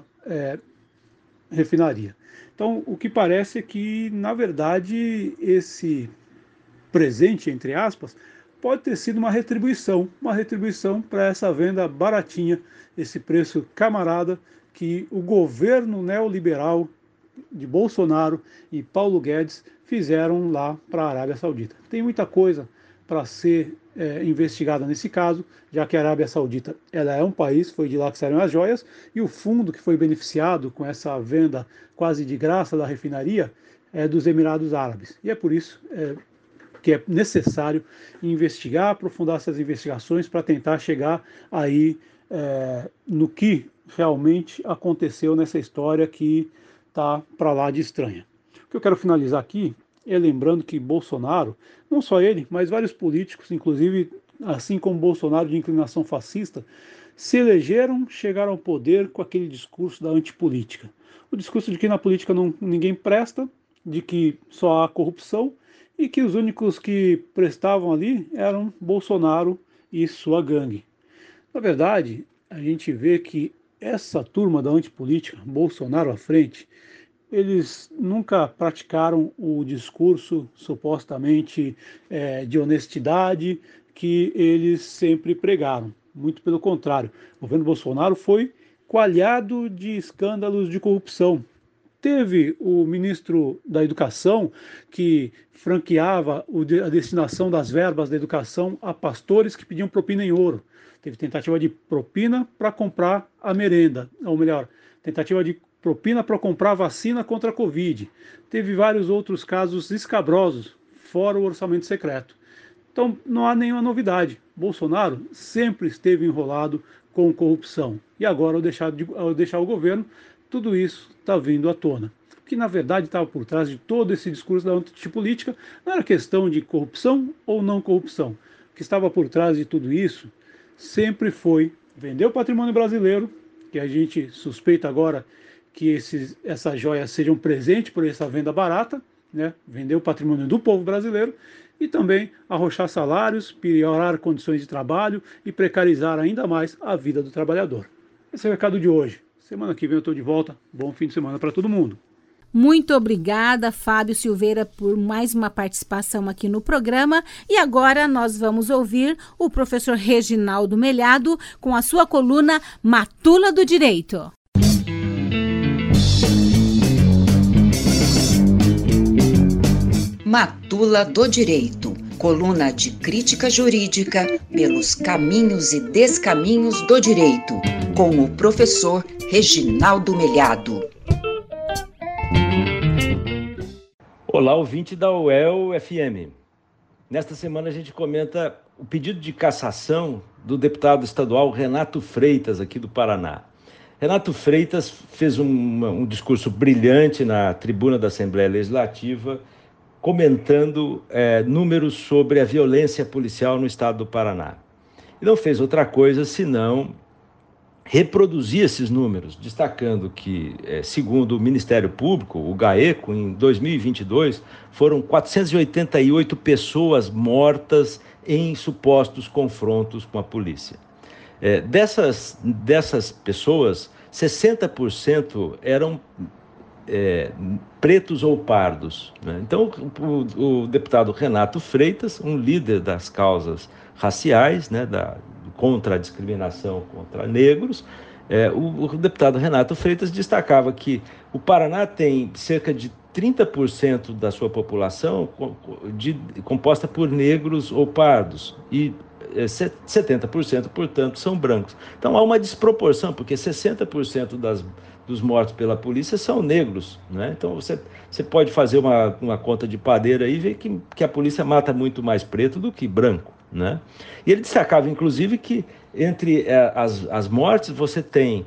refinaria. Então, o que parece é que, na verdade, esse presente, entre aspas, pode ter sido uma retribuição para essa venda baratinha, esse preço camarada que o governo neoliberal de Bolsonaro e Paulo Guedes fizeram lá para a Arábia Saudita. Tem muita coisa para ser investigada nesse caso, já que a Arábia Saudita ela é um país, foi de lá que saíram as joias, e o fundo que foi beneficiado com essa venda quase de graça da refinaria é dos Emirados Árabes. E é por isso que é necessário investigar, aprofundar essas investigações para tentar chegar aí no que realmente aconteceu nessa história que está para lá de estranha. O que eu quero finalizar aqui é lembrando que Bolsonaro, não só ele, mas vários políticos, inclusive assim como Bolsonaro de inclinação fascista, se elegeram, chegaram ao poder com aquele discurso da antipolítica. O discurso de que na política ninguém presta, de que só há corrupção, e que os únicos que prestavam ali eram Bolsonaro e sua gangue. Na verdade, a gente vê que essa turma da antipolítica, Bolsonaro à frente, eles nunca praticaram o discurso supostamente de honestidade que eles sempre pregaram. Muito pelo contrário, o governo Bolsonaro foi coalhado de escândalos de corrupção. Teve o ministro da Educação que franqueava a destinação das verbas da educação a pastores que pediam propina em ouro. Teve tentativa de propina para comprar a merenda, ou melhor, tentativa de propina para comprar vacina contra a Covid. Teve vários outros casos escabrosos, fora o orçamento secreto. Então, não há nenhuma novidade. Bolsonaro sempre esteve enrolado com corrupção. E agora, ao deixar o governo, tudo isso está vindo à tona. O que, na verdade, estava por trás de todo esse discurso da antipolítica não era questão de corrupção ou não corrupção. O que estava por trás de tudo isso sempre foi vender o patrimônio brasileiro, que a gente suspeita agora que essas joias sejam presente por essa venda barata, né? Vender o patrimônio do povo brasileiro e também arrochar salários, piorar condições de trabalho e precarizar ainda mais a vida do trabalhador. Esse é o recado de hoje. Semana que vem eu estou de volta. Bom fim de semana para todo mundo. Muito obrigada, Fábio Silveira, por mais uma participação aqui no programa. E agora nós vamos ouvir o professor Reginaldo Melhado com a sua coluna Matula do Direito. Matula do Direito, coluna de crítica jurídica pelos caminhos e descaminhos do direito, com o professor Reginaldo Melhado. Olá, ouvinte da UEL-FM. Nesta semana a gente comenta o pedido de cassação do deputado estadual Renato Freitas, aqui do Paraná. Renato Freitas fez um discurso brilhante na tribuna da Assembleia Legislativa, comentando números sobre a violência policial no estado do Paraná. E não fez outra coisa senão reproduzir esses números, destacando que, segundo o Ministério Público, o GAECO, em 2022, foram 488 pessoas mortas em supostos confrontos com a polícia. Dessas pessoas, 60% eram pretos ou pardos, né? Então, o deputado Renato Freitas, um líder das causas raciais, né, contra a discriminação contra negros, o deputado Renato Freitas destacava que o Paraná tem cerca de 30% da sua população composta por negros ou pardos e 70%, portanto, são brancos. Então há uma desproporção, porque 60% dos mortos pela polícia são negros, né? Então você pode fazer uma conta de padeira aí e ver que a polícia mata muito mais preto do que branco, né? E ele destacava, inclusive, que entre as mortes você tem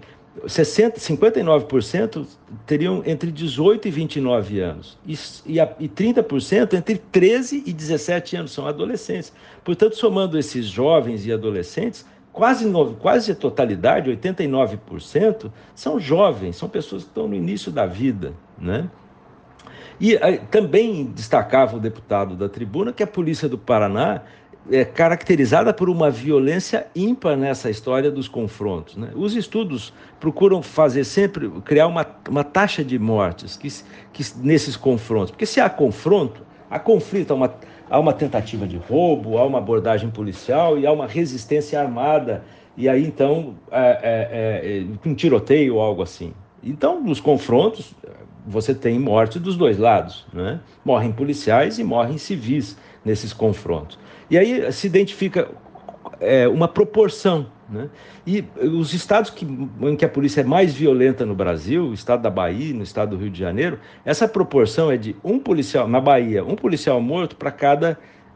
59% teriam entre 18 e 29 anos e 30% entre 13 e 17 anos, são adolescentes. Portanto, somando esses jovens e adolescentes, quase a totalidade, 89%, são jovens, são pessoas que estão no início da vida, né? E também destacava o deputado da tribuna que a polícia do Paraná é caracterizada por uma violência ímpar nessa história dos confrontos, né? Os estudos procuram criar uma taxa de mortes que nesses confrontos, porque se há confronto, há conflito, há uma tentativa de roubo, há uma abordagem policial e há uma resistência armada, e aí então um tiroteio ou algo assim. Então, nos confrontos, você tem morte dos dois lados, né? Morrem policiais e morrem civis nesses confrontos. E aí se identifica uma proporção, né? E os estados em que a polícia é mais violenta no Brasil, o estado da Bahia, no estado do Rio de Janeiro, essa proporção é de na Bahia, um policial morto para cada,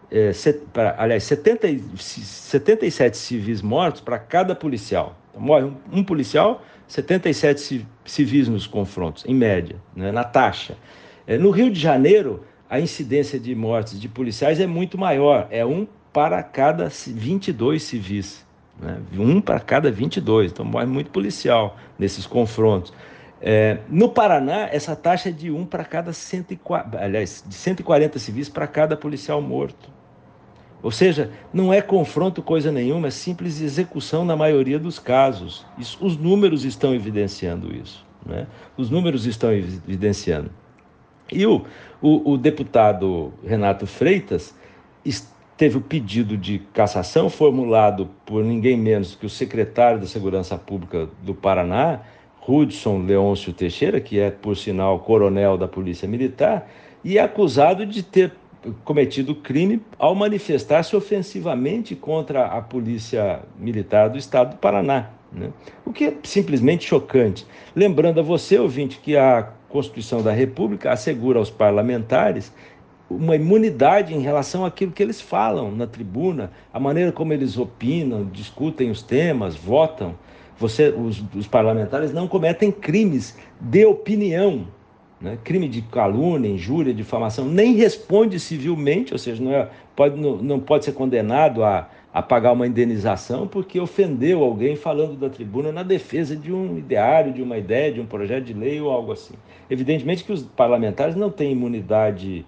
77 civis mortos para cada policial. Então, morre um policial, 77 civis nos confrontos, em média, né, na taxa. No Rio de Janeiro, a incidência de mortes de policiais é muito maior, é 1 para cada 22 civis, né? 1 para cada 22, então morre muito policial nesses confrontos. No Paraná, essa taxa é de 1 para cada de 140 civis para cada policial morto. Ou seja, não é confronto coisa nenhuma, é simples execução na maioria dos casos. Os números estão evidenciando isso, né? Os números estão evidenciando. E o deputado Renato Freitas teve o pedido de cassação formulado por ninguém menos que o secretário da Segurança Pública do Paraná, Hudson Leôncio Teixeira, que é, por sinal, coronel da Polícia Militar, e é acusado de ter cometido crime ao manifestar-se ofensivamente contra a Polícia Militar do Estado do Paraná, né? O que é simplesmente chocante. Lembrando a você, ouvinte, que a Constituição da República assegura aos parlamentares uma imunidade em relação àquilo que eles falam na tribuna, a maneira como eles opinam, discutem os temas, votam. Os parlamentares não cometem crimes de opinião, né? Crime de calúnia, injúria, difamação, nem responde civilmente, ou seja, não pode ser condenado a pagar uma indenização porque ofendeu alguém falando da tribuna na defesa de um ideário, de uma ideia, de um projeto de lei ou algo assim. Evidentemente que os parlamentares não têm imunidade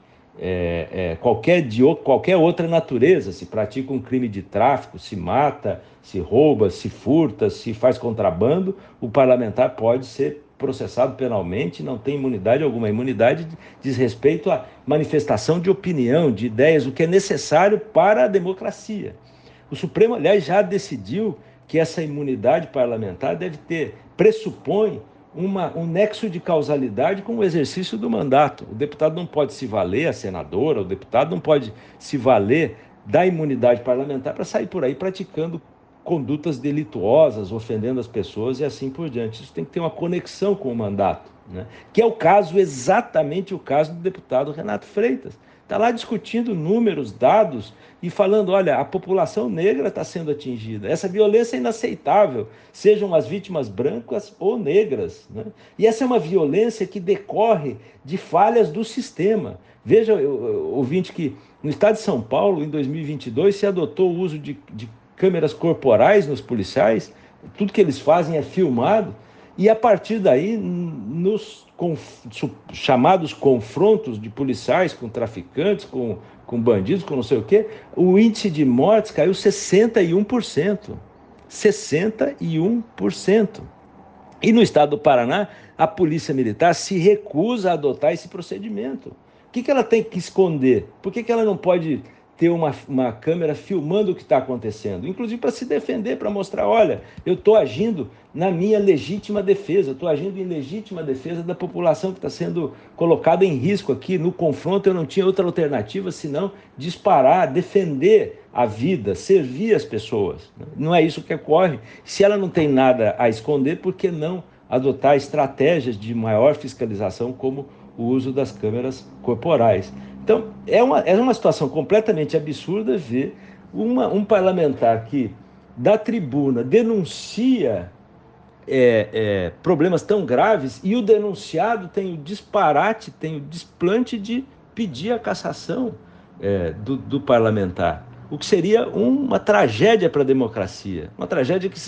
qualquer outra natureza. Se pratica um crime de tráfico, se mata, se rouba, se furta, se faz contrabando, o parlamentar pode ser processado penalmente, não tem imunidade alguma. A imunidade diz respeito à manifestação de opinião, de ideias, o que é necessário para a democracia. O Supremo, aliás, já decidiu que essa imunidade parlamentar pressupõe um nexo de causalidade com o exercício do mandato. O deputado não pode se valer, a senadora, o deputado não pode se valer da imunidade parlamentar para sair por aí praticando condutas delituosas, ofendendo as pessoas e assim por diante. Isso tem que ter uma conexão com o mandato, né? Que é exatamente o caso do deputado Renato Freitas. Está lá discutindo números, dados e falando, olha, a população negra está sendo atingida. Essa violência é inaceitável, sejam as vítimas brancas ou negras, né? E essa é uma violência que decorre de falhas do sistema. Veja, ouvinte, que no estado de São Paulo, em 2022, se adotou o uso de câmeras corporais nos policiais, tudo que eles fazem é filmado, e a partir daí, nos chamados confrontos de policiais com traficantes, com bandidos, com não sei o quê, o índice de mortes caiu 61%. 61%. E no estado do Paraná, a Polícia Militar se recusa a adotar esse procedimento. O que ela tem que esconder? Por que ela não pode ter uma câmera filmando o que está acontecendo, inclusive para se defender, para mostrar, olha, eu estou agindo na minha legítima defesa, estou agindo em legítima defesa da população que está sendo colocada em risco aqui. No confronto eu não tinha outra alternativa senão disparar, defender a vida, servir as pessoas. Não é isso que ocorre. Se ela não tem nada a esconder, por que não adotar estratégias de maior fiscalização como o uso das câmeras corporais? Então, é uma situação completamente absurda ver um parlamentar que, da tribuna, denuncia problemas tão graves e o denunciado tem o disparate, tem o desplante de pedir a cassação do parlamentar. O que seria uma tragédia para a democracia. Uma tragédia que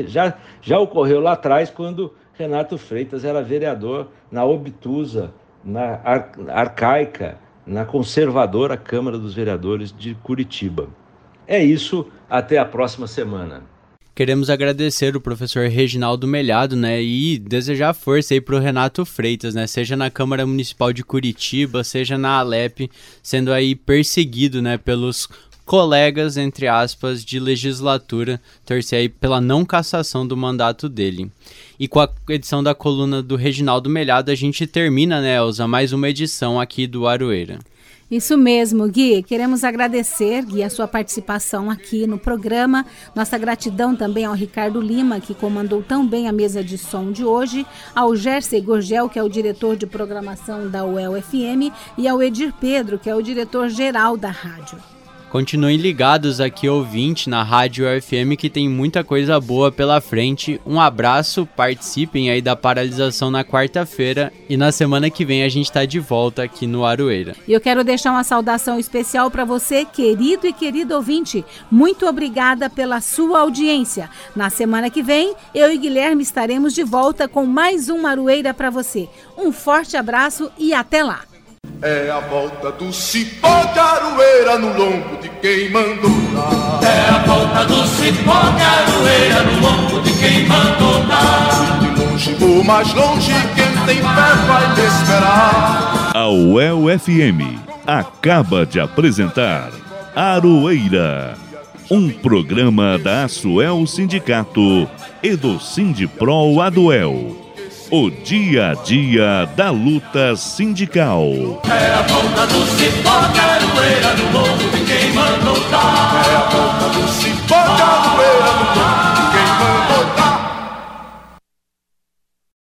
já ocorreu lá atrás, quando Renato Freitas era vereador na obtusa, na arcaica, na conservadora Câmara dos Vereadores de Curitiba. É isso, até a próxima semana. Queremos agradecer o professor Reginaldo Melhado, né, e desejar força aí para o Renato Freitas, né, seja na Câmara Municipal de Curitiba, seja na Alep, sendo aí perseguido, né, pelos colegas, entre aspas, de legislatura, torcer aí pela não cassação do mandato dele. E com a edição da coluna do Reginaldo Melhado, a gente termina, né, Elza, mais uma edição aqui do Aroeira. Isso mesmo, Gui. Queremos agradecer, Gui, a sua participação aqui no programa. Nossa gratidão também ao Ricardo Lima, que comandou tão bem a mesa de som de hoje, ao Jersey Gorgel, que é o diretor de programação da UEL-FM, e ao Edir Pedro, que é o diretor-geral da rádio. Continuem ligados aqui, ouvinte, na Rádio UFM, que tem muita coisa boa pela frente. Um abraço, participem aí da paralisação na quarta-feira e na semana que vem a gente está de volta aqui no Aroeira. E eu quero deixar uma saudação especial para você, querido e querido ouvinte. Muito obrigada pela sua audiência. Na semana que vem, eu e Guilherme estaremos de volta com mais um Aroeira para você. Um forte abraço e até lá. É a volta do cipó de aroeira no lombo de quem mandou dar. É a volta do cipó de aroeira no lombo de quem mandou dar. De longe ou mais longe, quem tem fé vai me esperar. A UEL-FM acaba de apresentar Aroeira, um programa da Asuel Sindicato e do Sindipro Aduel. O dia a dia da luta sindical. É a volta do cipó, caroeira no morro de quem mandou dar. É a volta do cipó, caroeira.